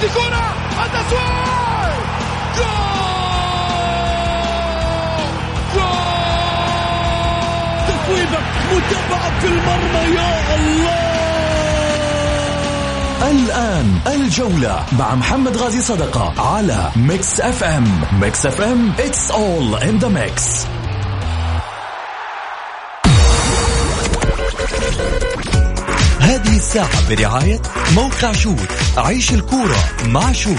هذه كرة التسويق جول تسويبة متابعة في المرمى يا الله. الآن الجولة مع محمد غازي صدقة على ميكس اف ام. ميكس اف ام it's all in the mix. هذه الساعة برعاية موقع شوت. عيش الكورة مع شوت.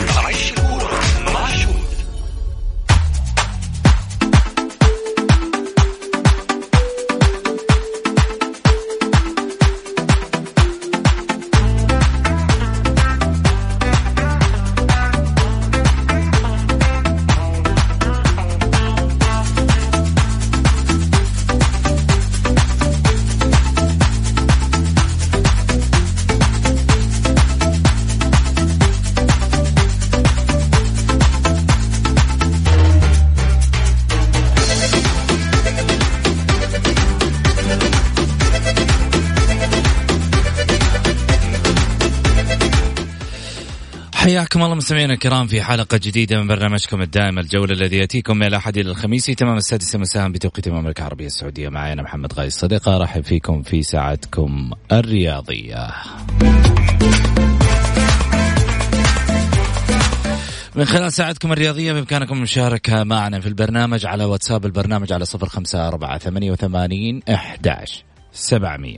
حياكم الله مستمعينا الكرام في حلقة جديدة من برنامجكم الدائم الجولة الذي يأتيكم من الأحد إلى الخميس تمام 6 مساء بتوقيت المملكة العربية السعودية. معي أنا محمد غازي صديقة. رحب فيكم في ساعتكم الرياضية. من خلال ساعتكم الرياضية بإمكانكم المشاركة معنا في البرنامج على واتساب البرنامج على 0548811700.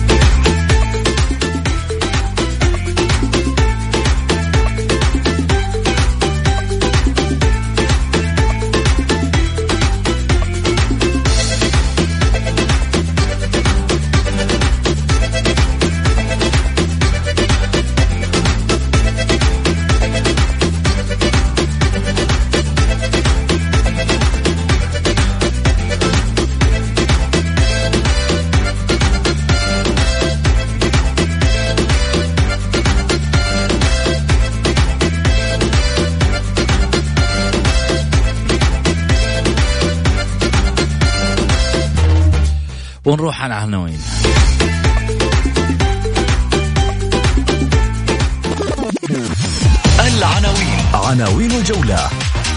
ونروح على عناوين. عناوين الجولة.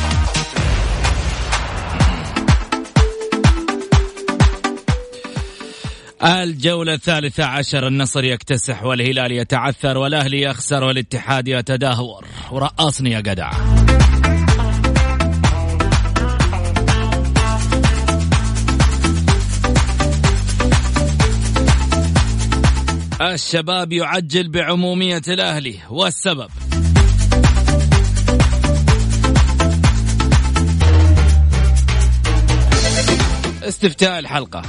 الجولة 13. النصر يكتسح والهلال يتعثر والأهلي يخسر والاتحاد يتدهور. ورقصني يا جدع. الشباب يعجل بعمومية الأهلي والسبب استفتاء الحلقة.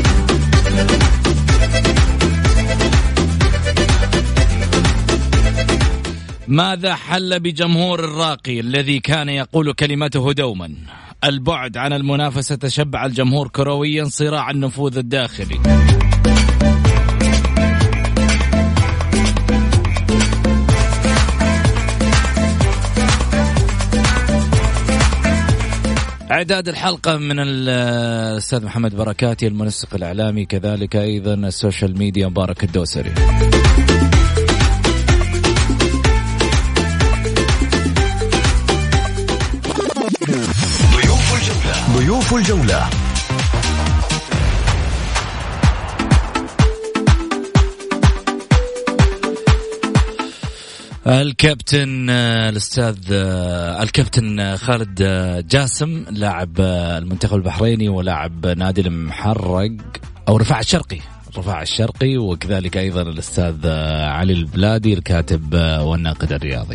ماذا حل بجمهور الراقي الذي كان يقول كلمته دوما؟ البعد عن المنافسة تشبع الجمهور كرويا، صراع النفوذ الداخلي. إعداد الحلقة من الأستاذ محمد بركاتي المنسق الإعلامي، كذلك أيضا السوشيال ميديا مبارك الدوسري. ضيوف الجولة. الكابتن الأستاذ الكابتن خالد جاسم لاعب المنتخب البحريني ولاعب نادي المحرق أو رفاع الشرقي، وكذلك أيضا الأستاذ علي البلادي الكاتب والناقد الرياضي.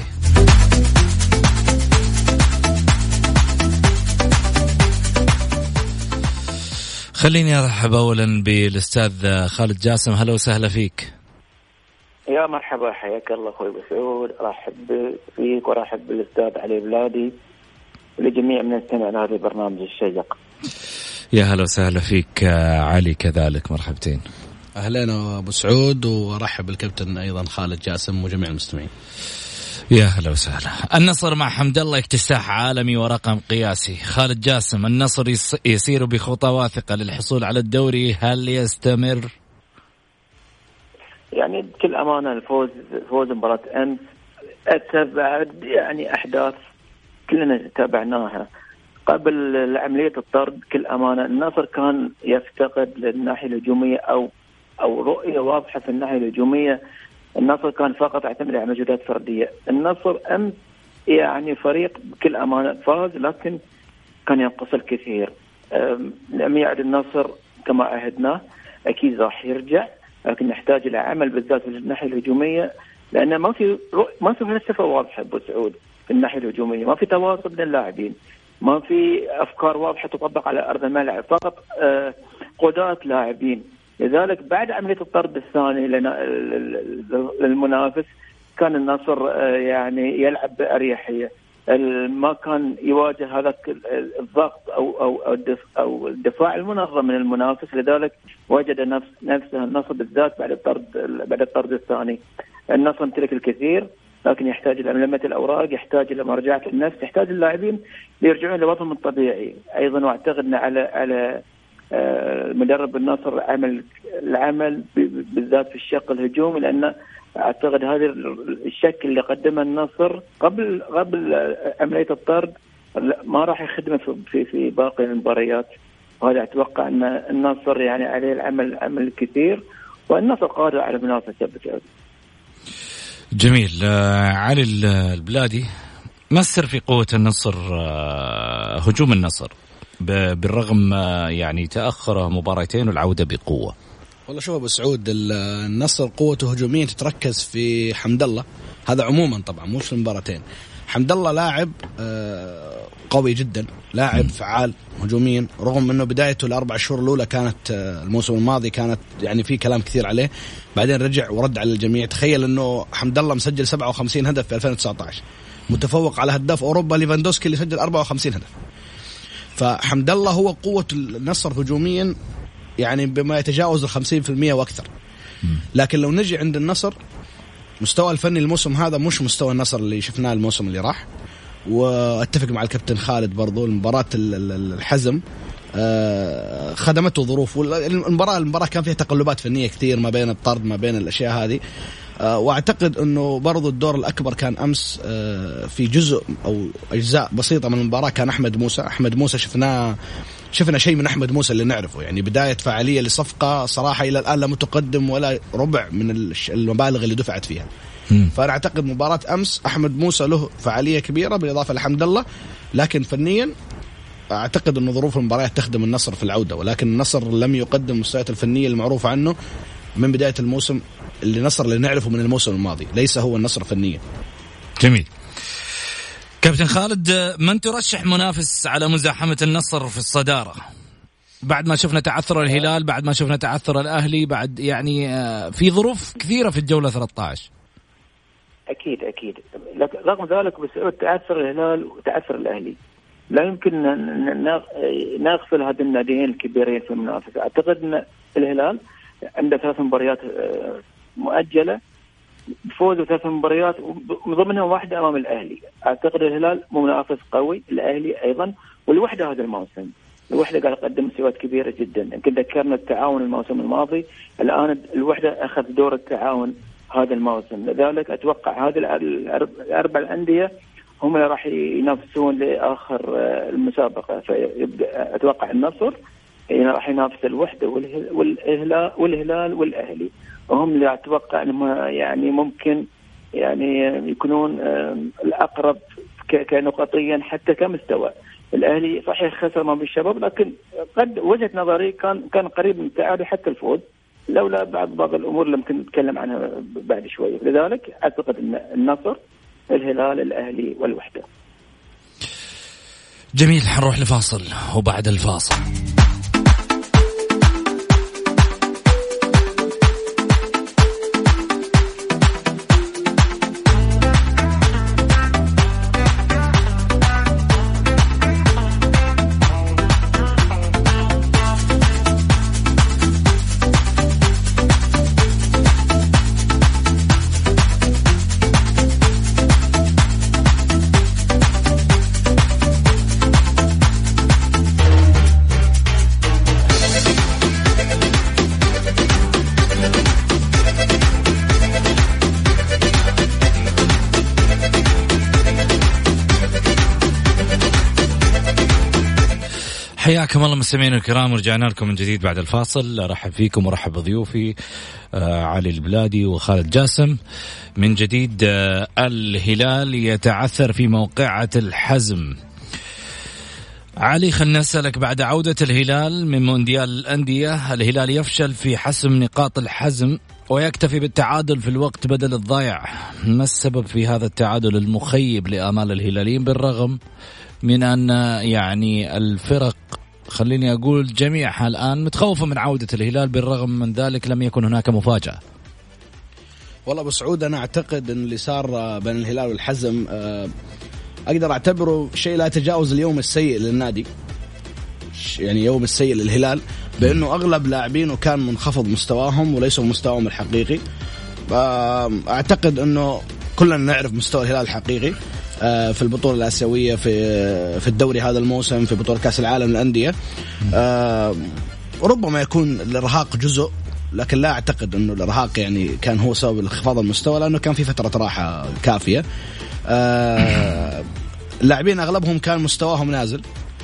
خليني أرحب أولا بالأستاذ خالد جاسم. هلا وسهلا فيك. يا مرحبا، حياك الله أخوي بسعود. أرحب فيك وأرحب بالأستاذ علي بلادي ولجميع من يستمع لهذا البرنامج الشيق. يا هلا وسهلا فيك علي، كذلك مرحبتين. أهلين أبو سعود، وأرحب بالكابتن أيضا خالد جاسم وجميع المستمعين. يا هلا وسهلا. النصر مع حمد الله اكتساح عالمي ورقم قياسي. خالد جاسم، النصر يسير بخطى واثقة للحصول على الدوري، هل يستمر؟ يعني بكل أمانة فوز مباراة أمس أتبع يعني أحداث كلنا تابعناها قبل عملية الطرد. كل أمانة النصر كان يفتقد للناحية الهجومية أو رؤية واضحة في الناحية الهجومية. النصر كان فقط يعتمد على مجهودات فردية. النصر أمس يعني فريق بكل أمانة فاز، لكن كان ينقص الكثير. لم يعد النصر كما عهدناه، أكيد راح يرجع، لكن نحتاج إلى عمل بالذات في الناحية الهجومية، لأن ما في فلسفة واضحة أبو سعود في الناحية الهجومية. ما في تواصل بين اللاعبين، ما في أفكار واضحة تطبق على أرض الملعب، فقط قدرات لاعبين. لذلك بعد عملية الطرد الثاني للمنافس كان النصر يعني يلعب بأريحية، ما كان يواجه هذا الضغط أو الدفاع المنظم من المنافس. لذلك وجد نفسه النصر بالذات بعد الطرد الثاني. النصر امتلك الكثير، لكن يحتاج إلى لمة الأوراق، يحتاج إلى مراجعة النفس، يحتاج اللاعبين ليرجعون لوضعهم الطبيعي أيضا. واعتقد على مدرب النصر العمل بالذات في الشق الهجومي، لأن أعتقد هذا الشكل اللي قدمه النصر قبل عملية الطرد ما راح يخدمه في باقي المباريات. وهذا أتوقع أن النصر يعني عليه العمل كثير، والنصر قادر على منافسة بجد. جميل. علي البلادي، ما السر في قوة النصر، هجوم النصر بالرغم يعني تأخر مباراتين والعودة بقوة؟ والله شوف أبو سعود، النصر قوته هجوميا تتركز في حمد الله، هذا عموما طبعا مش في المباراتين. حمد الله لاعب قوي جدا، لاعب فعال هجوميا، رغم انه بدايته الأربع شهور الاولى كانت الموسم الماضي كانت يعني في كلام كثير عليه، بعدين رجع ورد على الجميع. تخيل انه حمد الله مسجل 57 هدف في 2019، متفوق على هداف اوروبا ليفاندوسكي اللي سجل 54 هدف. فحمد الله هو قوة النصر هجوميا يعني بما يتجاوز 50% واكثر. لكن لو نجي عند النصر، مستوى الفني الموسم هذا مش مستوى النصر اللي شفناه الموسم اللي راح. واتفق مع الكابتن خالد برضو، المباراة الحزم خدمته ظروف، المباراة كان فيها تقلبات فنية كثير ما بين الطرد ما بين الأشياء هذه. واعتقد انه برضو الدور الاكبر كان امس في جزء او اجزاء بسيطة من المباراة كان احمد موسى. شفنا شيء من أحمد موسى اللي نعرفه، يعني بداية فعالية لصفقة صراحة إلى الآن لا متقدم ولا ربع من المبالغ اللي دفعت فيها. فأنا أعتقد مباراة أمس أحمد موسى له فعالية كبيرة بالإضافة لحمد الله، لكن فنيا أعتقد أن ظروف المباريات تخدم النصر في العودة، ولكن النصر لم يقدم المستويات الفنية المعروفة عنه من بداية الموسم. اللي نعرفه من الموسم الماضي ليس هو النصر فنيا. جميل. كابتن خالد، من ترشح منافس على مزاحمة النصر في الصدارة بعد ما شفنا تعثر الهلال، بعد ما شفنا تعثر الأهلي، بعد يعني في ظروف كثيرة في الجولة 13؟ أكيد رغم ذلك بسبب تعثر الهلال وتعثر الأهلي لا يمكن نغفل هذه الناديين الكبيرين في المنافسة. أعتقد أن الهلال عنده 3 مباريات مؤجلة، فوز 3 مباريات من ضمنها واحدة أمام الأهلي. أعتقد الهلال منافس قوي، الأهلي أيضا، والوحدة هذا الموسم الوحدة قاعد تقدم مستويات كبيرة جدا. يمكن ذكرنا التعاون الموسم الماضي، الآن الوحدة أخذ دور التعاون هذا الموسم. لذلك أتوقع هذه الأربع الأندية هم اللي راح ينافسون لآخر المسابقة. فأتوقع النصر راح ينافس الوحدة والهلال والأهلي، وهم اللي أتوقع يعني ممكن يعني يكونون الأقرب كنقطيا حتى كمستوى. الأهلي صحيح خسر ما بالشباب، لكن قد وجهة نظري كان قريب من التعادل حتى الفوز، لولا بعض الأمور اللي ممكن نتكلم عنها بعد شوية. لذلك أعتقد أن النصر، الهلال، الأهلي والوحدة. جميل. حنروح لفاصل وبعد الفاصل حياكم الله مستمعينا الكرام، ورجعنا لكم من جديد بعد الفاصل. ارحب فيكم ورحب بضيوفي علي البلادي وخالد جاسم. من جديد الهلال يتعثر في موقعة الحزم. علي، خلنا نسألك، بعد عودة الهلال من مونديال الأندية الهلال يفشل في حسم نقاط الحزم ويكتفي بالتعادل في الوقت بدل الضيع. ما السبب في هذا التعادل المخيب لآمال الهلاليين، بالرغم من أن يعني الفرق خليني أقول جميعها الآن متخوفة من عودة الهلال، بالرغم من ذلك لم يكن هناك مفاجأة؟ والله أبو سعود، أنا أعتقد أن اللي صار بين الهلال والحزم أقدر أعتبره شيء لا يتجاوز اليوم السيء للنادي، يعني يوم السيء للهلال، بأنه أغلب لاعبينه كان منخفض مستواهم وليسوا مستواهم الحقيقي. أعتقد أنه كلنا نعرف مستوى الهلال الحقيقي في البطولة الآسيوية، في الدوري هذا الموسم، في بطولة كأس العالم للأندية. ربما يكون الإرهاق جزء، لكن لا أعتقد أنه الإرهاق يعني كان هو سبب انخفاض المستوى، لأنه كان في فترة راحة كافية. اللاعبين أغلبهم كان مستواهم نازل.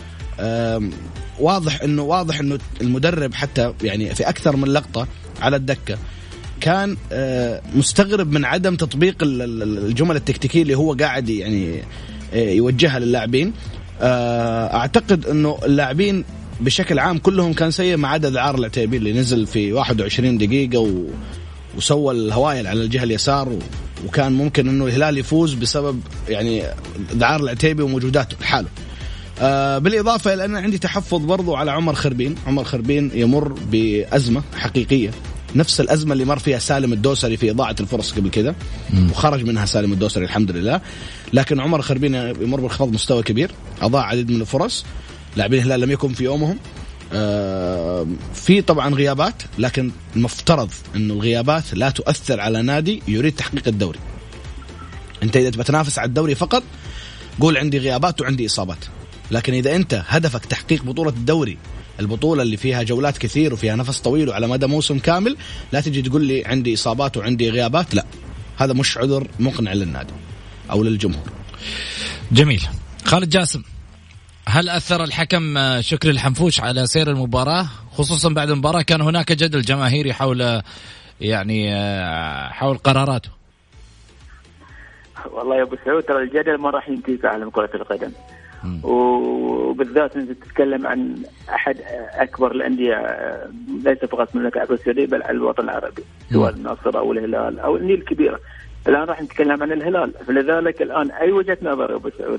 واضح إنه المدرب حتى يعني في أكثر من لقطة على الدكة كان مستغرب من عدم تطبيق الجمل التكتيكية اللي هو قاعد يعني يوجهها للاعبين. أعتقد إنه اللاعبين بشكل عام كلهم كان سيء، ما عدا ذعار العتيبي اللي نزل في 21 دقيقة وسوى الهوايل على الجهة اليسار، وكان ممكن إنه الهلال يفوز بسبب يعني ذعار العتيبي وموجوداته لحاله. بالإضافة إلى أن عندي تحفظ برضو على عمر خربين يمر بأزمة حقيقية، نفس الأزمة اللي مر فيها سالم الدوسري في إضاعة الفرص قبل كده، وخرج منها سالم الدوسري الحمد لله. لكن عمر خربين يمر بانخفاض مستوى كبير، أضاع عديد من الفرص. لاعبين الهلال لم يكن في يومهم. في طبعا غيابات، لكن المفترض أنه الغيابات لا تؤثر على نادي يريد تحقيق الدوري. أنت إذا بتنافس على الدوري فقط قول عندي غيابات وعندي إصابات، لكن إذا أنت هدفك تحقيق بطولة الدوري، البطولة اللي فيها جولات كثير وفيها نفس طويل وعلى مدى موسم كامل، لا تجي تقول لي عندي إصابات وعندي غيابات. لا، هذا مش عذر مقنع للنادي أو للجمهور. جميل. خالد جاسم، هل أثر الحكم شكري الحنفوش على سير المباراة، خصوصا بعد المباراة كان هناك جدل جماهيري حول قراراته؟ والله يا أبو سعود، ترى الجدل ما راح ينتهي في عالم كرة القدم، وبالذات أنت تتكلم عن أحد أكبر الأندية ليس فقط من العرب السعودية بل على الوطن العربي، سواء النصر أو الهلال أو النيل الكبيرة. الآن راح نتكلم عن الهلال، فلذلك الآن أي وجهة نظر يا أبو سعود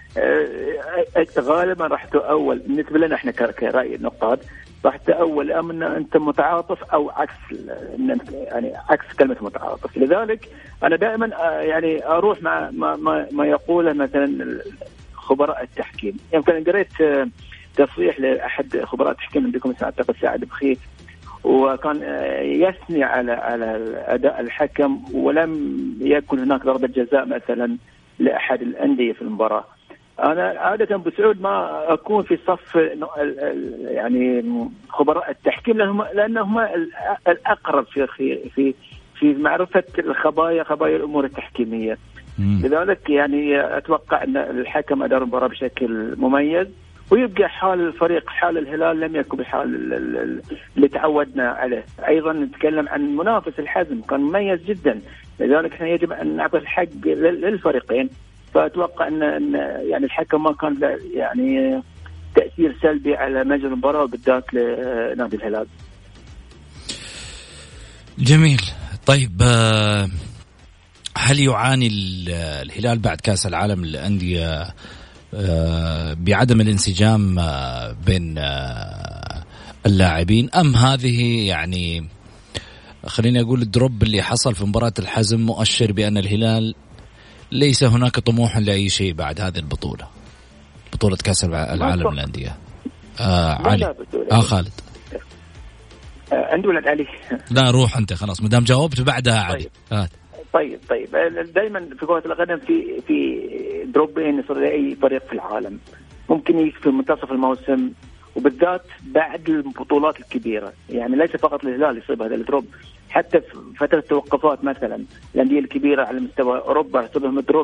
غالبا راح تؤول بالنسبة لنا احنا كرأي النقاد، راح تؤول أمنا أنت متعاطف أو عكس، يعني عكس كلمة متعاطف. لذلك أنا دائما يعني أروح مع ما يقوله مثلا خبراء التحكيم. يمكن قريت تصريح لأحد خبراء التحكيم عندكم أعتقد سعد بخيت، وكان يثني على أداء الحكم، ولم يكن هناك ضربة جزاء مثلا لأحد الأندية في المباراة. أنا عادة بسعود ما أكون في صف يعني خبراء التحكيم، لأنهم الأقرب في معرفة خبايا الأمور التحكيمية. لذلك يعني أتوقع أن الحكم أدار المباراة بشكل مميز، ويبقى حال الفريق حال الهلال لم يكن بحال اللي تعودنا عليه. أيضا نتكلم عن منافس الحزم كان مميز جدا، لذلك احنا يجب أن نعطي الحق للفريقين. فأتوقع أن يعني الحكم ما كان يعني تأثير سلبي على مجرى المباراة وبالذات لنادي الهلال. جميل. طيب، هل يعاني الهلال بعد كأس العالم للأندية بعدم الانسجام بين اللاعبين، أم هذه يعني خليني أقول الدروب اللي حصل في مباراة الحزم مؤشر بأن الهلال ليس هناك طموح لأي شيء بعد هذه البطولة، بطولة كأس العالم للأندية؟ علي. خالد عندي ولد علي. لا، روح أنت خلاص مدام جاوبت بعدها علي. طيب دائما في كرة القدم في دروبين يصير لأي فريق في العالم، ممكن في منتصف الموسم وبالذات بعد البطولات الكبيرة. يعني ليس فقط الهلال يصيب هذا الدروب، حتى في فترة التوقفات مثلا الأندية الكبيرة على مستوى أوروبا يصيبهم دروب.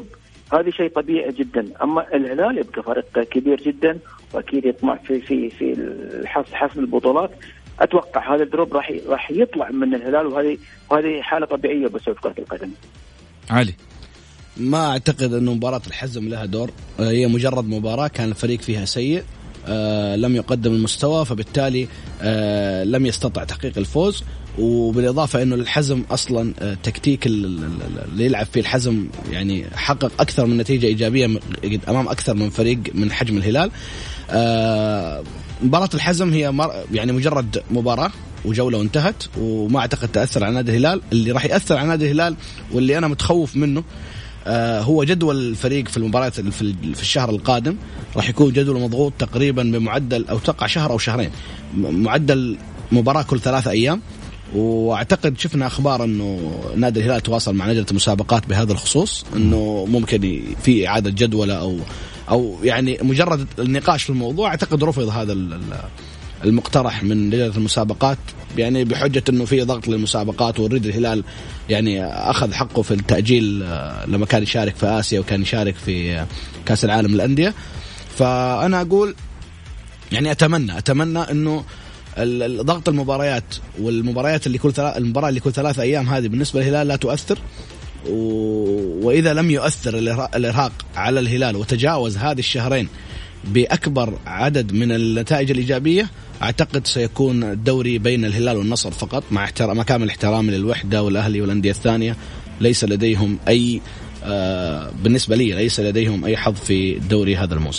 هذا شيء طبيعي جدا. اما الهلال يبقى فريق كبير جدا واكيد يطمع في حسم البطولات. اتوقع هذا الدروب راح يطلع من الهلال، وهذه حاله طبيعيه بس في كرة القدم. علي، ما اعتقد انه مباراة الحزم لها دور، هي مجرد مباراة كان الفريق فيها سيء، لم يقدم المستوى، فبالتالي لم يستطع تحقيق الفوز. وبالإضافة أنه الحزم أصلا تكتيك اللي يلعب فيه الحزم يعني حقق أكثر من نتيجة إيجابية أمام أكثر من فريق من حجم الهلال. مباراة الحزم هي يعني مجرد مباراة وجولة وانتهت، وما أعتقد تأثر على نادي الهلال. اللي راح يأثر على نادي الهلال واللي أنا متخوف منه هو جدول الفريق في المباريات في الشهر القادم. راح يكون جدول مضغوط تقريبا بمعدل أو توقع شهر أو شهرين، معدل مباراة كل 3 أيام. واعتقد شفنا اخبار انه نادي الهلال تواصل مع لجنة المسابقات بهذا الخصوص، انه ممكن في اعاده جدول او يعني مجرد النقاش في الموضوع. اعتقد رفض هذا المقترح من لجنة المسابقات، يعني بحجة انه في ضغط للمسابقات ويريد الهلال يعني اخذ حقه في التأجيل لما كان يشارك في آسيا وكان يشارك في كأس العالم للأندية. فانا اقول يعني اتمنى انه ضغط المباريات والمباريات اللي المباراة اللي كل 3 أيام هذه بالنسبة للهلال لا تؤثر. وإذا لم يؤثر الإرهاق على الهلال وتجاوز هذه الشهرين بأكبر عدد من النتائج الإيجابية، أعتقد سيكون الدوري بين الهلال والنصر فقط، مع كامل احترامي للوحدة والأهلي والأندية الثانية. ليس لديهم أي بالنسبة لي ليس لديهم أي حظ في الدوري هذا الموسم.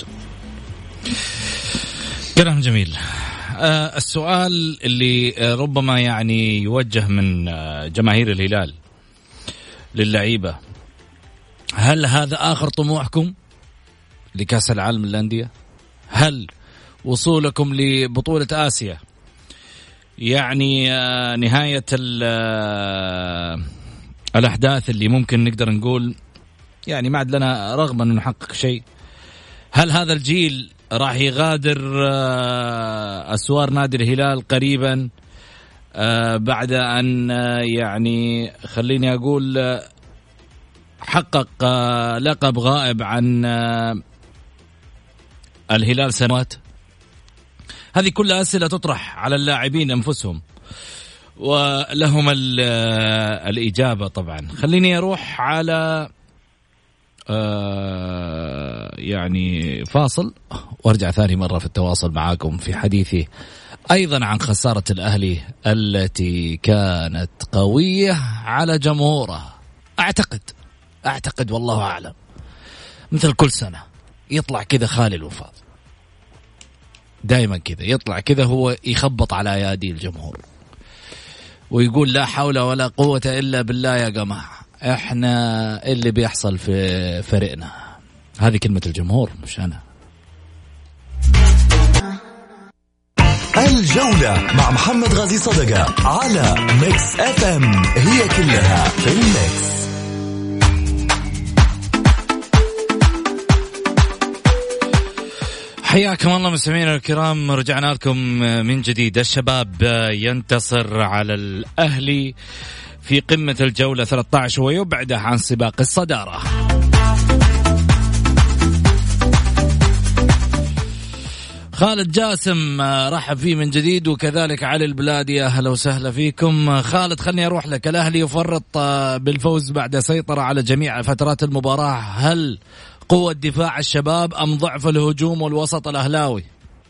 كلام جميل. السؤال اللي ربما يعني يوجه من جماهير الهلال للعيبة: هل هذا آخر طموحكم لكأس العالم للأندية؟ هل وصولكم لبطولة آسيا يعني نهاية الأحداث اللي ممكن نقدر نقول يعني ما عاد لنا رغبة أن نحقق شيء؟ هل هذا الجيل راح يغادر أسوار نادي الهلال قريبا بعد أن يعني خليني أقول حقق لقب غائب عن الهلال سنوات؟ هذه كلها أسئلة تطرح على اللاعبين أنفسهم ولهم الإجابة. طبعا خليني أروح على يعني فاصل وارجع ثاني مرة في التواصل معاكم في حديثي أيضا عن خسارة الأهلي التي كانت قوية على جمهوره. أعتقد والله أعلم مثل كل سنة يطلع كذا خالي الوفاض، دائما كذا يطلع كذا هو يخبط على أيادي الجمهور ويقول لا حول ولا قوة إلا بالله يا جماعة، احنا اللي بيحصل في فريقنا. هذه كلمة الجمهور مش أنا. الجولة مع محمد غازي صدقة على ميكس اف ام، هي كلها في الميكس. حياكم الله مستمعينا الكرام، رجعنا لكم من جديد. الشباب ينتصر على الأهلي في قمة الجولة 13 ويبعده عن سباق الصدارة. خالد جاسم رحب فيه من جديد، وكذلك علي البلادي. أهلا وسهلا فيكم. خالد، خلني أروح لك. الأهلي يفرط بالفوز بعد سيطرة على جميع فترات المباراة. هل قوة دفاع الشباب أم ضعف الهجوم والوسط الأهلاوي؟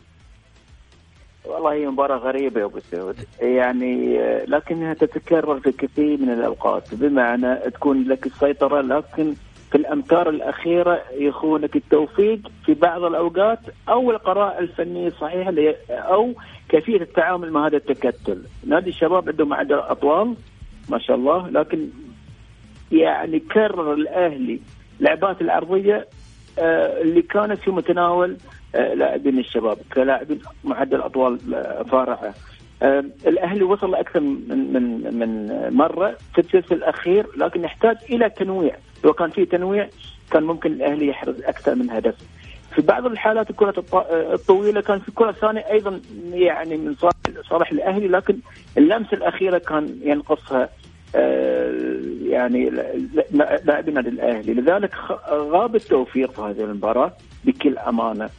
والله هي مباراة غريبة يا أبو سعود، يعني لكنها تتكرر في كثير من الأوقات، بمعنى تكون لك السيطرة لكن في الأمتار الأخيرة يخونك التوفيق في بعض الأوقات، أو القراءة الفنية الصحيحة أو كيفية التعامل مع هذا التكتل. نادي الشباب عنده معدل أطوال ما شاء الله، لكن يعني كرر الأهلي لعبات العرضية اللي كانت في متناول لاعبين الشباب كلاعبين معدل أطوال فارعة. الأهلي وصل أكثر من مرة في الثلث الأخير، لكن يحتاج إلى تنويع. لو كان في تنويع كان ممكن الأهلي يحرز أكثر من هدف. في بعض الحالات الكرة الطويلة كان في كرة ثانية أيضا يعني من صالح الأهلي، لكن اللمسة الأخيرة كان ينقصها يعني لاعبين النادي الاهلي، لذلك غاب التوفيق في هذه المباراه بكل امانه.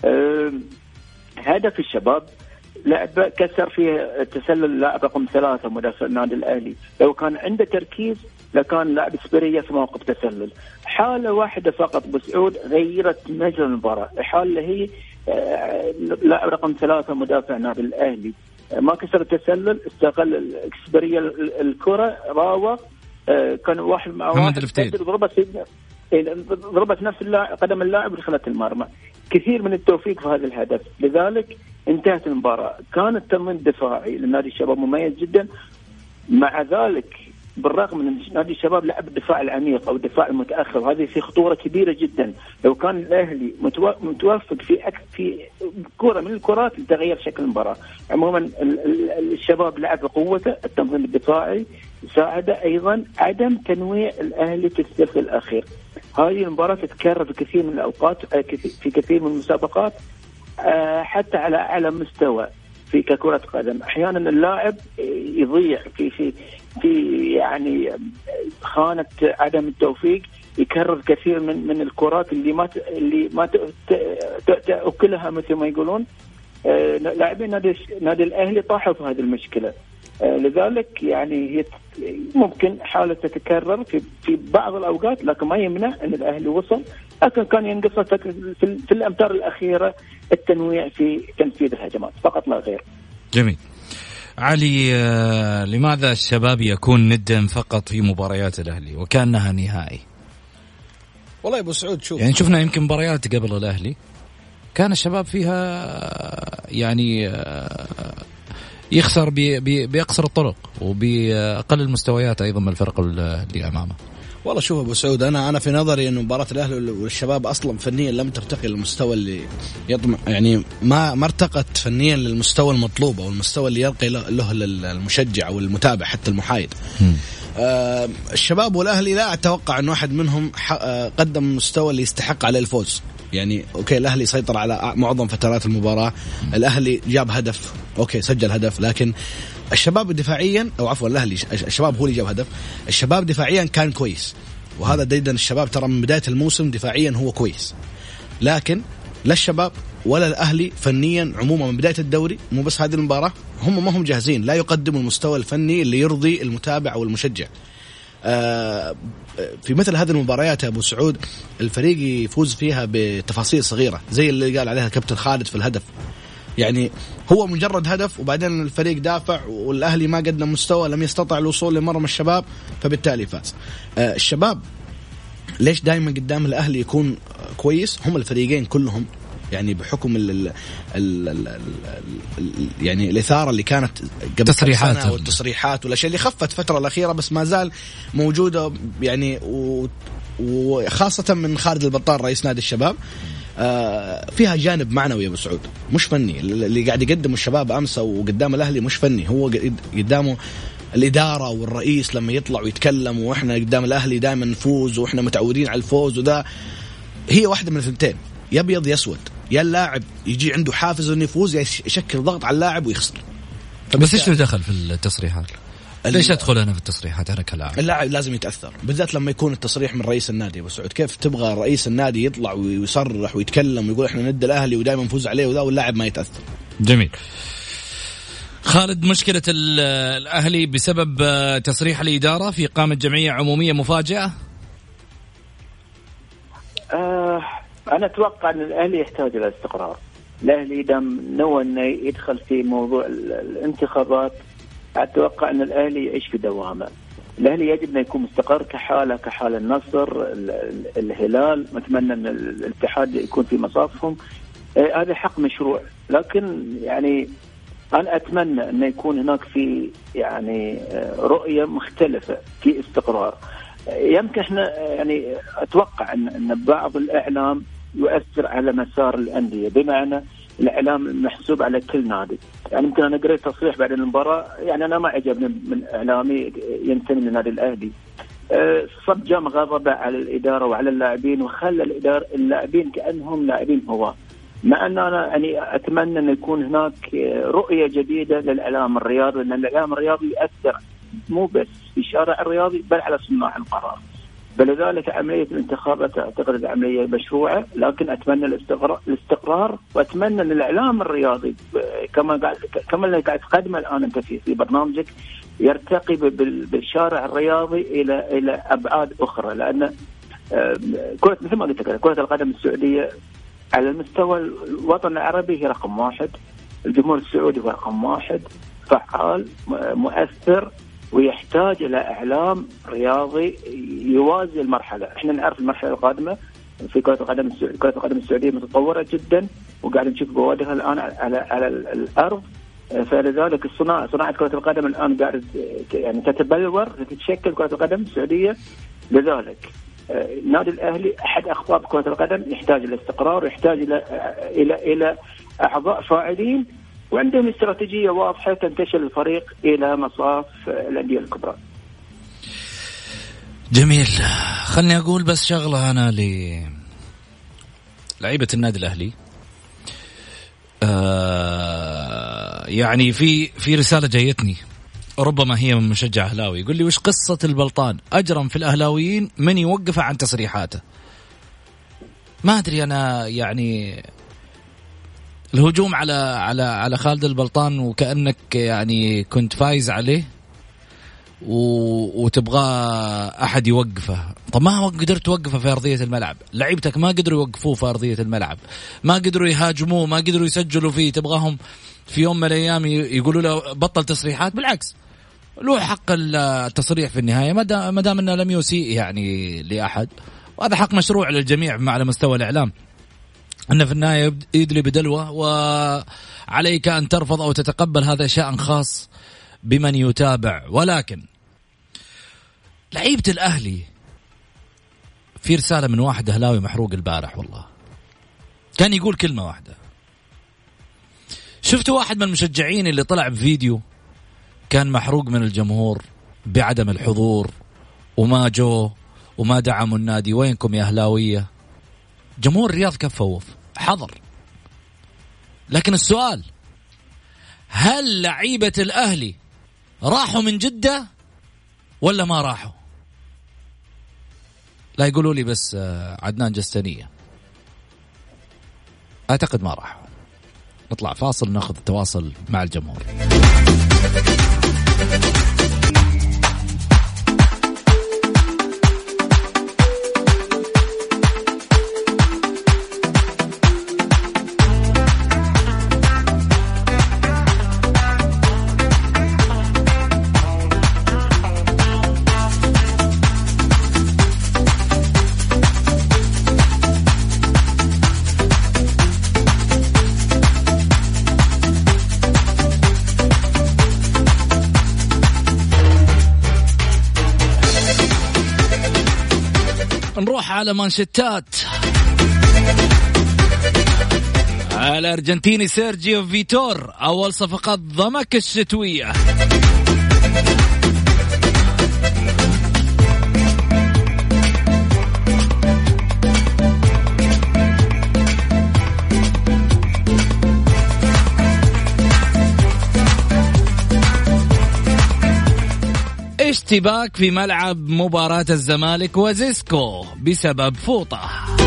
هدف الشباب لعبه كسر فيه تسلل اللاعب رقم 3 مدافع النادي الاهلي، لو كان عنده تركيز لكان لاعب اسبريه في موقف تسلل. حاله واحده فقط بسعود غيرت مجرى المباراه، الحاله اللي هي لاعب رقم 3 مدافع النادي الاهلي ما كسر التسلل، استغل الاسبريه الكره، راوغ، كان واحد مع واحد ضربت نفس قدم اللاعب ودخلت المرمى. كثير من التوفيق في هذا الهدف، لذلك انتهت المباراة. كان التمرين الدفاعي لنادي الشباب مميز جدا، مع ذلك بالرغم من نادي الشباب لعب الدفاع العميق او الدفاع المتاخر، وهذه في خطوره كبيره جدا. لو كان الاهلي متوفق في كره من الكرات لتغير شكل المباراه. عموما الشباب لعب بقوته، التنظيم الدفاعي ساعد، ايضا عدم تنويع الاهلي في الثلث الاخير. هذه المباراه تتكرر في كثير من الاوقات في كثير من المسابقات، حتى على اعلى مستوى في ككرة قدم. احيانا اللاعب يضيع في يعني خانة عدم التوفيق، يكرر كثير من الكرات اللي ما تأكلها مثل ما يقولون. لاعبين نادي الاهلي طاحوا في هذه المشكلة، لذلك يعني هي ممكن حالة تتكرر في بعض الأوقات، لكن ما يمنع أن الأهلي وصل، لكن كان ينقص في الأمتار الأخيرة التنويع في تنفيذ الهجمات فقط لا غير. جميل. علي، لماذا الشباب يكون ندا فقط في مباريات الأهلي وكأنها نهائي؟ والله يا أبو سعود شوف، يعني شفنا يمكن مباريات قبل الأهلي كان الشباب فيها يعني يخسر بأقصر الطرق وبأقل المستويات أيضا من الفرق اللي أمامه. والله شوف أبو سعود، أنا في نظري إنه مباراة الأهلي والشباب أصلا فنيا لم ترتقي للمستوى اللي يطمع، يعني ما ارتقت فنيا للمستوى المطلوب أو المستوى اللي يرقي له المشجع أو المتابع حتى المحايد. الشباب والأهلي لا أتوقع أن واحد منهم قدم المستوى اللي يستحق على الفوز. يعني أوكي الأهلي سيطر على معظم فترات المباراة، الأهلي جاب هدف، أوكي سجل هدف، لكن الشباب دفاعيا أو عفوا الأهلي الشباب هو اللي جاب هدف. الشباب دفاعيا كان كويس، وهذا ديدا الشباب ترى من بداية الموسم دفاعيا هو كويس، لكن لا الشباب ولا الأهلي فنيا عموما من بداية الدوري مو بس هذه المباراة هم ما هم جاهزين، لا يقدموا المستوى الفني اللي يرضي المتابع والمشجع. في مثل هذه المباريات يا أبو سعود الفريق يفوز فيها بتفاصيل صغيرة زي اللي قال عليها كابتن خالد في الهدف، يعني هو مجرد هدف وبعدين الفريق دافع والأهلي ما قدم مستوى، لم يستطع الوصول لمرمى الشباب فبالتالي فاز. الشباب ليش دائما قدام الأهلي يكون كويس؟ هم الفريقين كلهم يعني بحكم يعني الإثارة اللي كانت قبل سنة والتصريحات والأشياء اللي خفت فترة الأخيرة بس ما زال موجودة، يعني وخاصة من خالد البطال رئيس نادي الشباب فيها جانب معنوي يا أبو سعود مش فني. اللي قاعد يقدمه الشباب أمس وقدام الأهلي مش فني، هو قدامه الإدارة والرئيس لما يطلع ويتكلم وإحنا قدام الأهلي دائما نفوز وإحنا متعودين على الفوز، وده هي واحدة من الثنتين، يا أبيض يا أسود، يا اللاعب يجي عنده حافز إنه يفوز يشكل ضغط على اللاعب ويخسر. بس إيش دخل في التصريحات؟ ليش أدخل أنا في التصريحات؟ أنا كلاعب اللاعب لازم يتأثر، بالذات لما يكون التصريح من رئيس النادي. أبو سعود كيف تبغى رئيس النادي يطلع ويصرح ويتكلم ويقول إحنا ند الأهلي ودائما نفوز عليه وذا واللاعب ما يتأثر؟ جميل. خالد، مشكلة الأهلي بسبب تصريح الإدارة في إقامة جمعية عمومية مفاجئة؟ أنا أتوقع أن الأهلي يحتاج إلى استقرار. الأهلي دام نوى أنه يدخل في موضوع الانتخابات، أتوقع أن الأهلي يعيش في دوامة. الأهلي يجب أن يكون مستقر كحال النصر، الهلال، نتمنى أن الاتحاد يكون في مصافهم، هذا حق مشروع، لكن يعني أنا أتمنى أن يكون هناك في يعني رؤية مختلفة في استقرار. يمكن احنا يعني اتوقع ان بعض الاعلام يؤثر على مسار الانديه، بمعنى الاعلام المحسوب على كل نادي. يعني يمكن انا قريت تصريح بعد المباراه، يعني انا ما عجبني من اعلامي ينتمي للنادي الاهلي، صب جام غضبه على الاداره وعلى اللاعبين وخلى اللاعبين كانهم لاعبين هواه. مع ان انا يعني اتمنى ان يكون هناك رؤيه جديده للاعلام الرياضي، لان الاعلام الرياضي يؤثر مو بس في الشارع الرياضي بل على صناع القرار. فلذلك عملية الانتخابات أعتقد عملية مشروعة، لكن أتمنى الاستقرار، وأتمنى أن الإعلام الرياضي كما قاعد تقدمه الآن أنت في برنامجك يرتقي بالشارع الرياضي إلى أبعاد أخرى، لأن مثل ما قلت كرة القدم السعودية على المستوى الوطن العربي هي رقم 1، الجمهور السعودي هو رقم 1، فعال مؤثر، ويحتاج إلى إعلام رياضي يوازي المرحلة. إحنا نعرف المرحلة القادمة في كرة القدم السعودية متطورة جدا، وقاعد نشوف بوادرها الآن على الأرض. فلذلك صناعة كرة القدم الآن قاعد يعني تتبلور، تتشكل كرة القدم السعودية. لذلك النادي الأهلي أحد أخطاء كرة القدم، يحتاج إلى استقرار، يحتاج إلى أعضاء فاعلين وعندهم استراتيجية واضحة تنتشل الفريق إلى مصاف الأندية الكبرى. جميل. خلني أقول بس شغلة أنا لعيبة النادي الأهلي. يعني في رسالة جايتني، ربما هي من مشجع أهلاوي، يقول لي وش قصة البلطان أجرم في الأهلاويين من يوقفه عن تصريحاته. ما أدري أنا، يعني الهجوم على خالد البلطان وكأنك يعني كنت فايز عليه وتبغى أحد يوقفه. طب ما قدرت توقفه في أرضية الملعب، لعيبتك ما قدروا يوقفوه في أرضية الملعب، ما قدروا يهاجموه، ما قدروا يسجلوا فيه، تبغاهم في يوم من الأيام يقولوا له بطل تصريحات؟ بالعكس، له حق التصريح في النهاية ما دام أنه لم يسيء يعني لأحد، وهذا حق مشروع للجميع على مستوى الإعلام. أن في النهاية يدلي بدلوه، وعليك أن ترفض أو تتقبل، هذا شأن خاص بمن يتابع. ولكن لعيبة الأهلي، في رسالة من واحد أهلاوي محروق البارح، والله كان يقول كلمة واحدة. شفت واحد من المشجعين اللي طلع بفيديو كان محروق من الجمهور بعدم الحضور وما جو وما دعموا النادي. وينكم يا أهلاوية؟ جمهور الرياض كفوف حضر، لكن السؤال، هل لعيبة الأهلي راحوا من جدة ولا ما راحوا؟ لا يقولوا لي بس عدنان جستنية، أعتقد ما راحوا. نطلع فاصل ناخذ التواصل مع الجمهور. نروح على مانشيتات. الأرجنتيني سيرجيو فيتور أول صفقات ضمك الشتوية. اشتباك في ملعب مباراة الزمالك وزيسكو بسبب فوطة.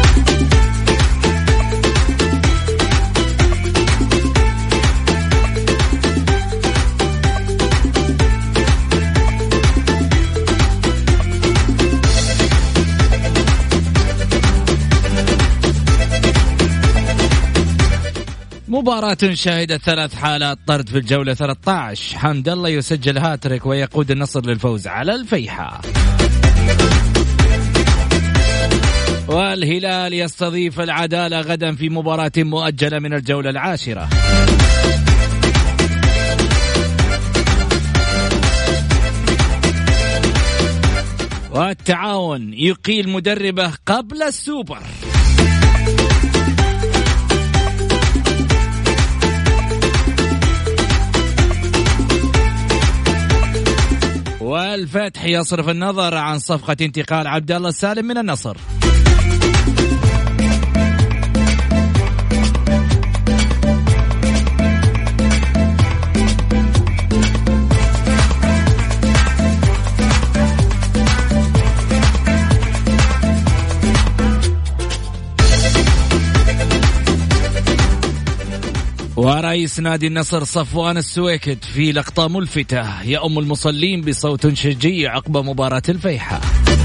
مباراة شهدت 3 حالات طرد في الجولة 13. حمد الله يسجل هاتريك ويقود النصر للفوز على الفيحاء. والهلال يستضيف العدالة غدا في مباراة مؤجلة من الجولة 10. والتعاون يقيل مدربه قبل السوبر. والفتح يصرف النظر عن صفقة انتقال عبد الله السالم من النصر. ورئيس نادي النصر صفوان السويكت في لقطة ملفتة يؤم المصلين بصوت شجيع عقب مباراة الفيحاء.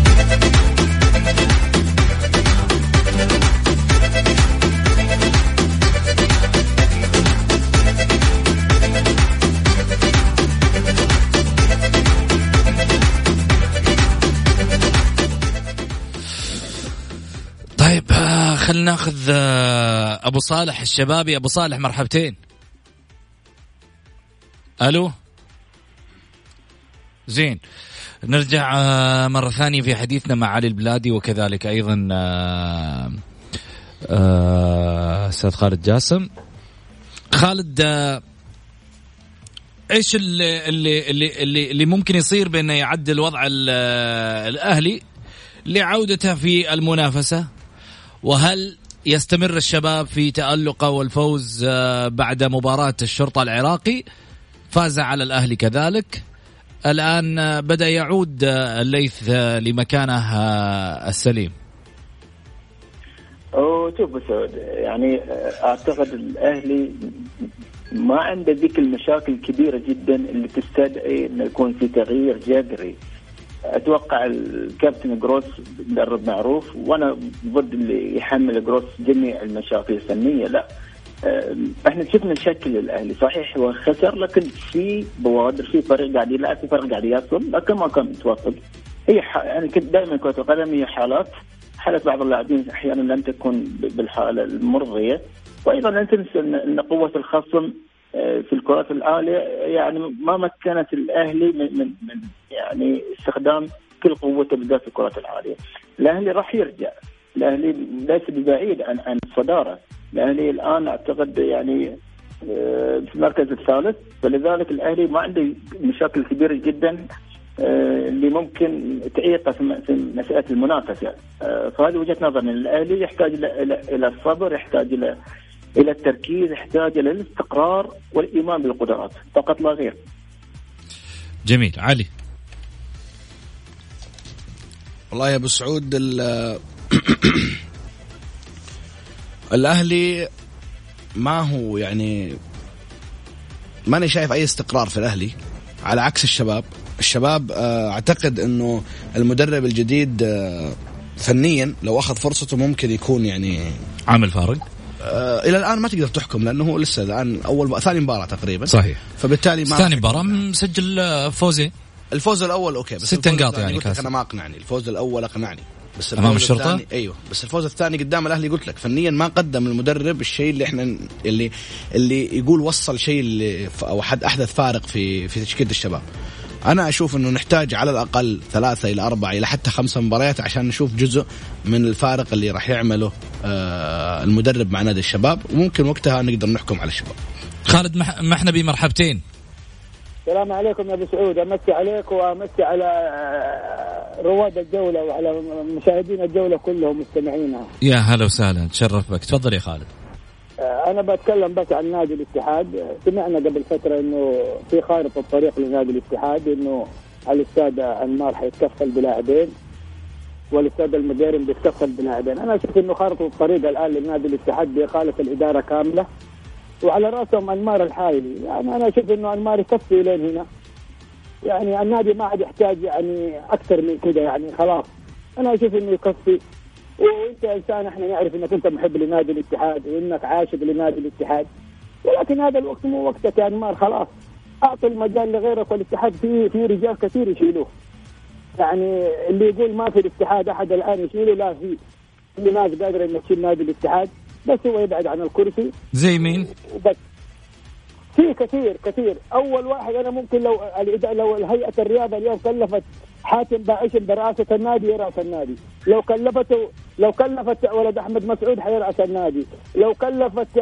طيب خلنا ناخذ أبو صالح الشبابي. أبو صالح مرحبتين. ألو زين. نرجع مرة ثانية في حديثنا مع علي البلادي وكذلك أيضا أستاذ خالد جاسم. خالد إيش اللي ممكن يصير بأنه يعدل وضع الأهلي لعودته في المنافسة؟ وهل يستمر الشباب في تألقه والفوز بعد مباراة الشرطة العراقي؟ فاز على الأهلي كذلك. الآن بدأ يعود الليث لمكانه السليم. شوف سعود، يعني أعتقد الأهلي ما عنده ذيك المشاكل الكبيرة جدا اللي تستدعي أن يكون في تغيير جذري. أتوقع الكابتن جروس مدرب معروف، وأنا ضد اللي يحمل جروس جميع المشاكل الفنية. لا، احنا شفنا شكل الأهلي صحيح هو خسر، لكن في بوادر، في فريق قاعد يلعب، في فريق قاعد يصل، لكن ما كان متوفق. هي يعني كنت دائما كرة القدم هي حالات بعض اللاعبين أحيانا لم تكن بالحالة المرضية. وأيضا لا تنسى أن قوة الخصم في الكرات العالية يعني ما مكنت الأهلي من يعني استخدام كل قوته بالذات في الكرات العالية. الأهلي راح يرجع، الأهلي ليس ببعيد عن الصدارة. الأهلي الآن أعتقد يعني في المركز الثالث، فلذلك الأهلي ما عنده مشاكل كبيرة جدا اللي ممكن تعيقه في مسألة المنافسة. فهذه وجهة نظر. الأهلي يحتاج إلى الصبر، يحتاج إلى التركيز، يحتاج إلى الاستقرار والإيمان بالقدرات فقط لا غير. جميل. علي. والله يا أبو سعود الأهلي ما هو يعني ماني شايف أي استقرار في الأهلي، على عكس الشباب أعتقد أنه المدرب الجديد فنيا لو أخذ فرصته ممكن يكون يعني عامل فارق. إلى الآن ما تقدر تحكم لأنه لسه الآن ثاني مباراة تقريبا. صحيح. فبالتالي ما ثاني مباراة مسجل فوزين. الفوز الأول أوكي بس 6 نقاط يعني أنا ما أقنعني. الفوز الأول أقنعني بس أمام الشرطة. أيوه بس الفوز الثاني قدام الأهلي قلت لك فنيا ما قدم المدرب الشيء اللي إحنا اللي يقول وصل شيء اللي أو أحدث فارق في تشكيلة الشباب. أنا أشوف أنه نحتاج على الأقل 3 إلى 4 إلى حتى 5 مباريات عشان نشوف جزء من الفارق اللي راح يعمله المدرب مع نادي الشباب، وممكن وقتها نقدر نحكم على الشباب. خالد محنبي مرحبتين. السلام عليكم يا أبو سعود، أمسي عليك وأمسي على رواد الجولة وعلى مشاهدين الجولة كلهم مستمعينها. يا هلا وسهلا، تشرف بك. تفضل يا خالد. أنا بتكلم بس عن نادي الاتحاد. سمعنا قبل فترة إنه في خارطة الطريق لنادي الاتحاد، إنه الأستاذ أنمار حيتكفل بلاعبين والأستاذ المديرم بيتكفل بلاعبين. أنا أشوف إنه خارطة الطريق الآن لنادي الاتحاد بإقالة الإدارة كاملة وعلى رأسهم أنمار الحايلي. يعني أنا أشوف إنه أنمار يكفي لين هنا، يعني النادي ما عاد يحتاج يعني أكثر من كده، يعني خلاص أنا أشوف إنه يكفي. وانت انسان احنا نعرف انك انت محب لنادي الاتحاد وانك عاشق لنادي الاتحاد، ولكن هذا الوقت مو وقتك يا انمار. خلاص اعطي المجال لغيرك، والاتحاد في رجال كثير يشيلوه. يعني اللي يقول ما في الاتحاد احد الان يشيله، لا، في ناس قادره انها تشيل نادي الاتحاد، بس هو يبعد عن الكرسي. زي مين؟ بس في كثير. اول واحد انا ممكن لو الهيئه الرياضه اليوم كلفت حاتم باعشم برئاسة النادي يرأس النادي، لو كلفت ولد أحمد مسعود حيرأس النادي، لو كلفت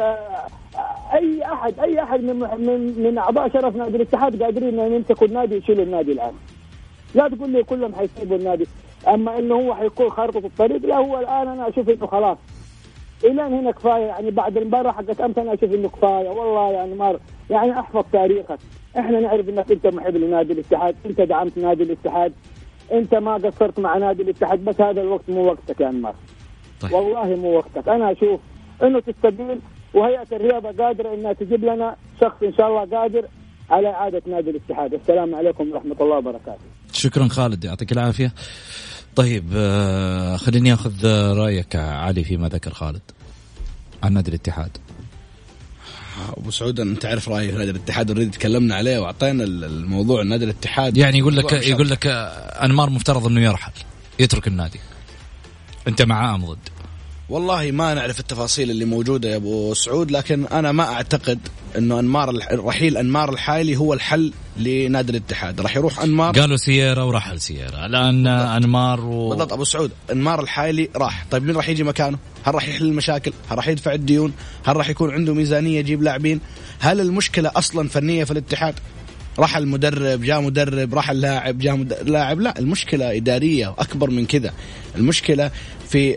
أي أحد من أعضاء شرف نادي الاتحاد قادرين أن يمسكوا النادي يشيلوا النادي الآن. لا تقول لي كلهم حيسيبوا النادي، أما إنه هو حيكون خارطة الطريق. لا، هو الآن أنا أشوف إنه خلاص إلى هنا كفاية. يعني بعد المباراة حقت أمس أنا أشوف إنه كفاية والله. يعني أحفظ تاريخك، إحنا نعرف إنك أنت محب لنادي الاتحاد، أنت دعمت نادي الاتحاد، أنت ما قصرت مع نادي الاتحاد، بس هذا الوقت مو وقتك يا أنمار. طيب. والله مو وقتك. أنا أشوف إنه تستقيل وهيئة الرياضة قادرة إنها تجيب لنا شخص إن شاء الله قادر على إعادة نادي الاتحاد. السلام عليكم ورحمة الله وبركاته. شكرا خالد، يعطيك العافية. طيب خليني أخذ رأيك علي فيما ذكر خالد عن نادي الاتحاد. أبو سعود أنت تعرف رأيي في نادي الاتحاد، نريد تكلمنا عليه وأعطينا الموضوع. نادي الاتحاد يعني يقول لك أنمار مفترض إنه يرحل يترك النادي، أنت معاه أم ضد؟ والله ما نعرف التفاصيل اللي موجودة يا أبو سعود، لكن أنا ما أعتقد أنه رحيل أنمار الحالي هو الحل لنادي الاتحاد. راح يروح أنمار، قالوا سيارة ورحل سيارة، الآن أنمار بالضبط. أبو سعود أنمار الحالي راح، طيب مين راح يجي مكانه؟ هل راح يحل المشاكل؟ هل راح يدفع الديون؟ هل راح يكون عنده ميزانية يجيب لاعبين؟ هل المشكلة أصلا فنية في الاتحاد؟ راح المدرب جاء مدرب، راح اللاعب جاء لاعب؟ لا، المشكلة إدارية أكبر من كذا. المشكلة في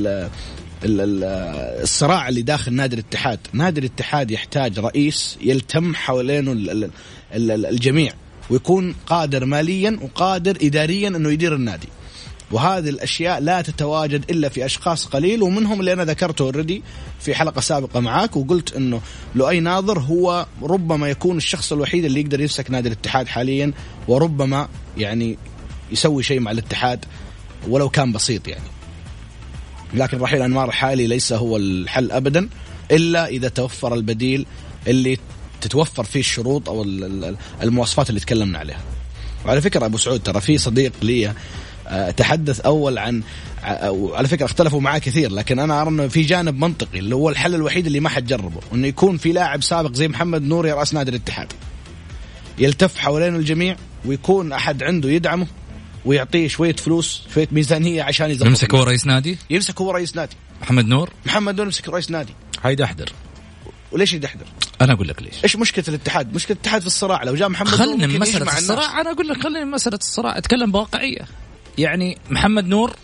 الصراع اللي داخل نادي الاتحاد. نادي الاتحاد يحتاج رئيس يلتم حوالينه الجميع، ويكون قادر ماليا وقادر إداريا أنه يدير النادي. وهذه الأشياء لا تتواجد إلا في أشخاص قليل، ومنهم اللي أنا ذكرته already في حلقة سابقة معاك، وقلت أنه لؤي ناظر هو ربما يكون الشخص الوحيد اللي يقدر يمسك نادي الاتحاد حاليا، وربما يعني يسوي شيء مع الاتحاد ولو كان بسيط يعني. لكن رحيل أنمار الحالي ليس هو الحل أبدا، إلا إذا توفر البديل اللي تتوفر فيه الشروط أو المواصفات اللي تكلمنا عليها. وعلى فكرة أبو سعود ترى في صديق لي تحدث أول عن، وعلى فكرة اختلفوا معاه كثير، لكن أنا أرى أنه في جانب منطقي اللي هو الحل الوحيد اللي ما حد جربه، أنه يكون في لاعب سابق زي محمد نور رأس نادي الاتحاد، يلتف حوالين الجميع، ويكون أحد عنده يدعمه ويعطيه شوية فلوس شوية ميزانية عشان يزبط. يمسك هو رئيس نادي؟ يمسك هو رئيس نادي. محمد نور يمسك رئيس نادي. هيدحدر. وليش يدحدر؟ أنا أقول لك ليش. إيش مشكلة الاتحاد؟ مشكلة الاتحاد في الصراع. لو جاء محمد نور خلنا من مسألة الصراع، أنا أقول لك خلينا من مسألة الصراع، أتكلم بواقعية. يعني محمد نور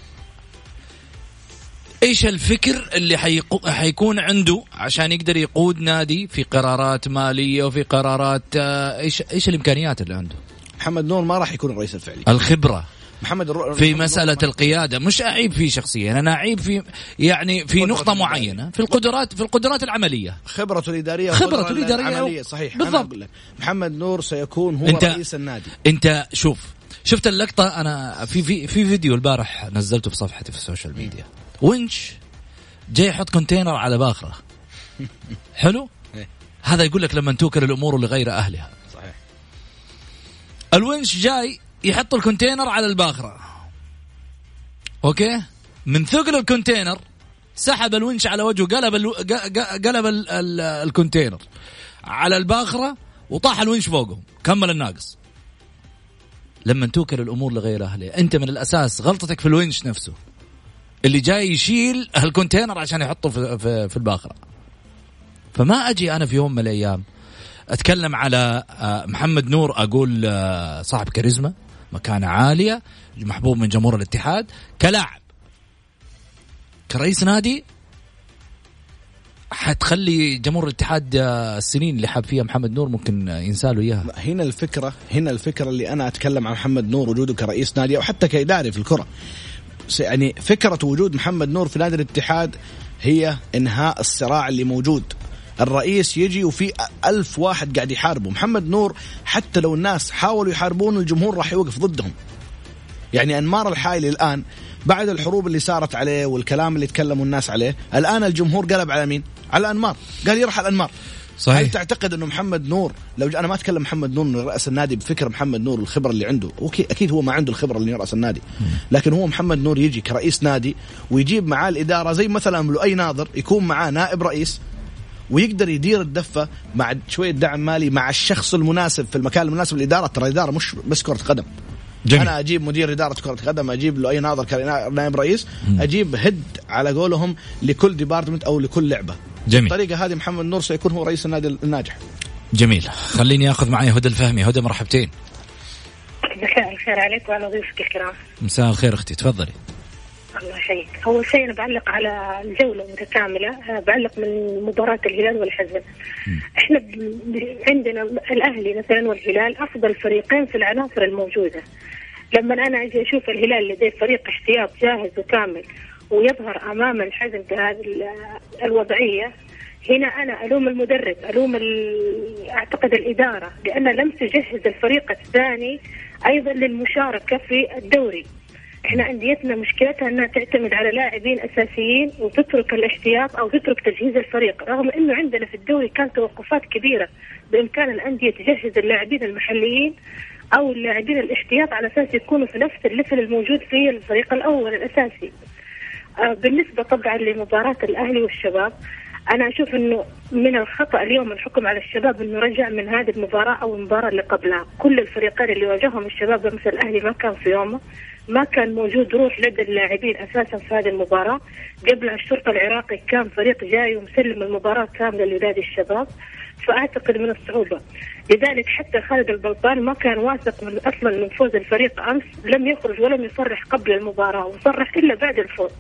إيش الفكر اللي حيكون عنده عشان يقدر يقود نادي في قرارات مالية وفي قرارات إيش الإمكانيات اللي عنده؟ محمد نور ما راح يكون الرئيس الفعلي. الخبرة في مسألة القيادة، مش أعيب فيه شخصيا، أنا أعيب في يعني في نقطة معينة في القدرات العملية، خبرته الإدارية العملية. صحيح بالضبط. محمد نور سيكون هو رئيس النادي. أنت شفت اللقطة، أنا في فيديو البارح نزلته في صفحتي في السوشيال ميديا، ونش جاي يحط كونتينر على باخرة. حلو. هذا يقول لك لما توكل الأمور لغير أهلها. صحيح. الونش جاي يحط الكونتينر على الباخرة، أوكي، من ثقل الكونتينر سحب الونش على وجهه، قلب الكونتينر على الباخرة وطاح الونش فوقهم، كمل الناقص. لما توكل الأمور لغير أهلها، أنت من الأساس غلطتك في الونش نفسه اللي جاي يشيل هالكونتينر عشان يحطه في الباخرة. فما أجي أنا في يوم من الأيام أتكلم على محمد نور أقول صاحب كاريزما، مكانة عالية، محبوب من جمهور الاتحاد كلاعب، كرئيس نادي حتخلي جمهور الاتحاد السنين اللي حاب فيها محمد نور ممكن ينسالوا إياها. هنا الفكرة اللي أنا أتكلم عن محمد نور وجوده كرئيس نادي أو حتى كإداري في الكرة. يعني فكرة وجود محمد نور في نادي الاتحاد هي إنهاء الصراع اللي موجود. الرئيس يجي وفي 1000 واحد قاعد يحاربه. محمد نور حتى لو الناس حاولوا يحاربون الجمهور راح يوقف ضدهم. يعني أنمار الحالي الآن بعد الحروب اللي صارت عليه والكلام اللي تكلموا الناس عليه، الآن الجمهور قلب على مين؟ على أنمار، قال يرحل أنمار. صحيح. هل تعتقد أنه محمد نور، لو أنا ما أتكلم محمد نور من رأس النادي بفكر محمد نور الخبرة اللي عنده، أكيد هو ما عنده الخبرة اللي رأس النادي، لكن هو محمد نور يجي كرئيس نادي ويجيب معاه الإدارة زي مثلا لؤي ناظر، يكون معاه نائب رئيس ويقدر يدير الدفة مع شوية دعم مالي مع الشخص المناسب في المكان المناسب للإدارة. ترى الإدارة مش بس كرة قدم. جميل. أنا أجيب مدير إدارة كرة قدم، أجيب لؤي ناظر كنائب رئيس، أجيب هيد على قولهم لكل ديبارتمنت أو لكل لعبة. جميل. بالطريقة هذه محمد نور سيكون هو رئيس النادي الناجح. جميل. خليني أخذ معي هدى الفهمي. هدى مرحبتين. مساء الخير عليك وعلى ضيوفك الكرام. مساء الخير أختي، تفضلي. الله يحييك. أول شيء أنا بعلق على الجولة متكاملة، بعلق من مباراة الهلال والحزم. إحنا عندنا الأهلي مثلا والهلال أفضل فريقين في العناصر الموجودة. لما أنا أجي أشوف الهلال لديه فريق احتياط جاهز وكامل ويظهر أمام الحزم بهذه الوضعية، هنا أنا ألوم المدرب، ألوم أعتقد الإدارة، لأن لم تجهز الفريق الثاني أيضا للمشاركة في الدوري. إحنا أنديتنا مشكلتها أنها تعتمد على لاعبين أساسيين وتترك الاحتياط أو تترك تجهيز الفريق، رغم أنه عندنا في الدوري كانت توقفات كبيرة، بإمكان الأندية تجهز اللاعبين المحليين أو اللاعبين الاحتياط على أساس يكونوا في نفس الليفل الموجود في الفريق الأول الأساسي. بالنسبة طبعا لمباراة الأهلي والشباب، أنا أشوف أنه من الخطأ اليوم الحكم على الشباب أنه رجع من هذه المباراة أو المباراة اللي قبلها. كل الفريقين اللي واجههم الشباب مثل الأهلي ما كان في يومه، ما كان موجود روح لدى اللاعبين أساسا في هذه المباراة. قبلها الشرطة العراقي كان فريق جاي ومسلم المباراة كاملة لنادي الشباب، فأعتقد من الصعوبة. لذلك حتى خالد البلطان ما كان واثق من أصلا من فوز الفريق أمس، لم يخرج ولم يصرح قبل المباراة وصرح إلا بعد الفوز.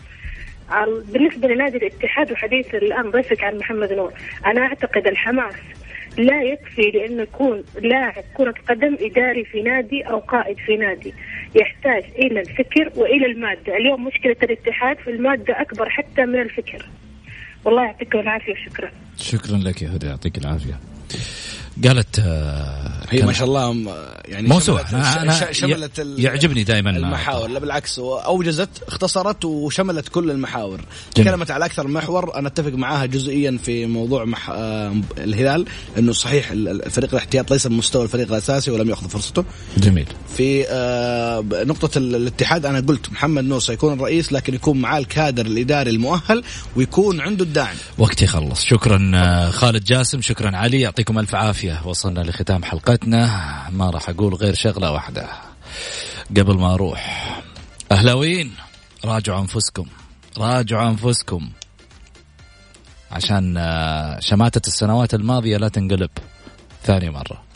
بالنسبة لنادي الاتحاد وحديث الآن ضيفك عن محمد نور، أنا أعتقد الحماس لا يكفي لأنه يكون لاعب كرة قدم إداري في نادي أو قائد في نادي، يحتاج إلى الفكر وإلى المادة. اليوم مشكلة الاتحاد في المادة أكبر حتى من الفكر. والله يعطيكم العافية وشكرا. شكرا لك يا هدى، يعطيك العافية. قالت هي ما شاء الله يعني موسوعة. شملت يعجبني دائما المحاور، لا بالعكس أوجزت اختصرت وشملت كل المحاور. تكلمت على أكثر محور، أنا أتفق معاها جزئيا في موضوع الهلال، إنه صحيح الفريق الاحتياط ليس بمستوى الفريق الأساسي ولم يأخذ فرصته. جميل. في نقطة الاتحاد أنا قلت محمد نور سيكون الرئيس، لكن يكون معاه الكادر الإداري المؤهل ويكون عنده الداعم. وقتي خلص. شكرا خالد جاسم، شكرا علي، يعطيكم ألف عافية. وصلنا لختام حلقتنا، ما راح أقول غير شغلة واحدة قبل ما أروح. أهلاويين راجعوا أنفسكم عشان شماتة السنوات الماضية لا تنقلب ثاني مرة.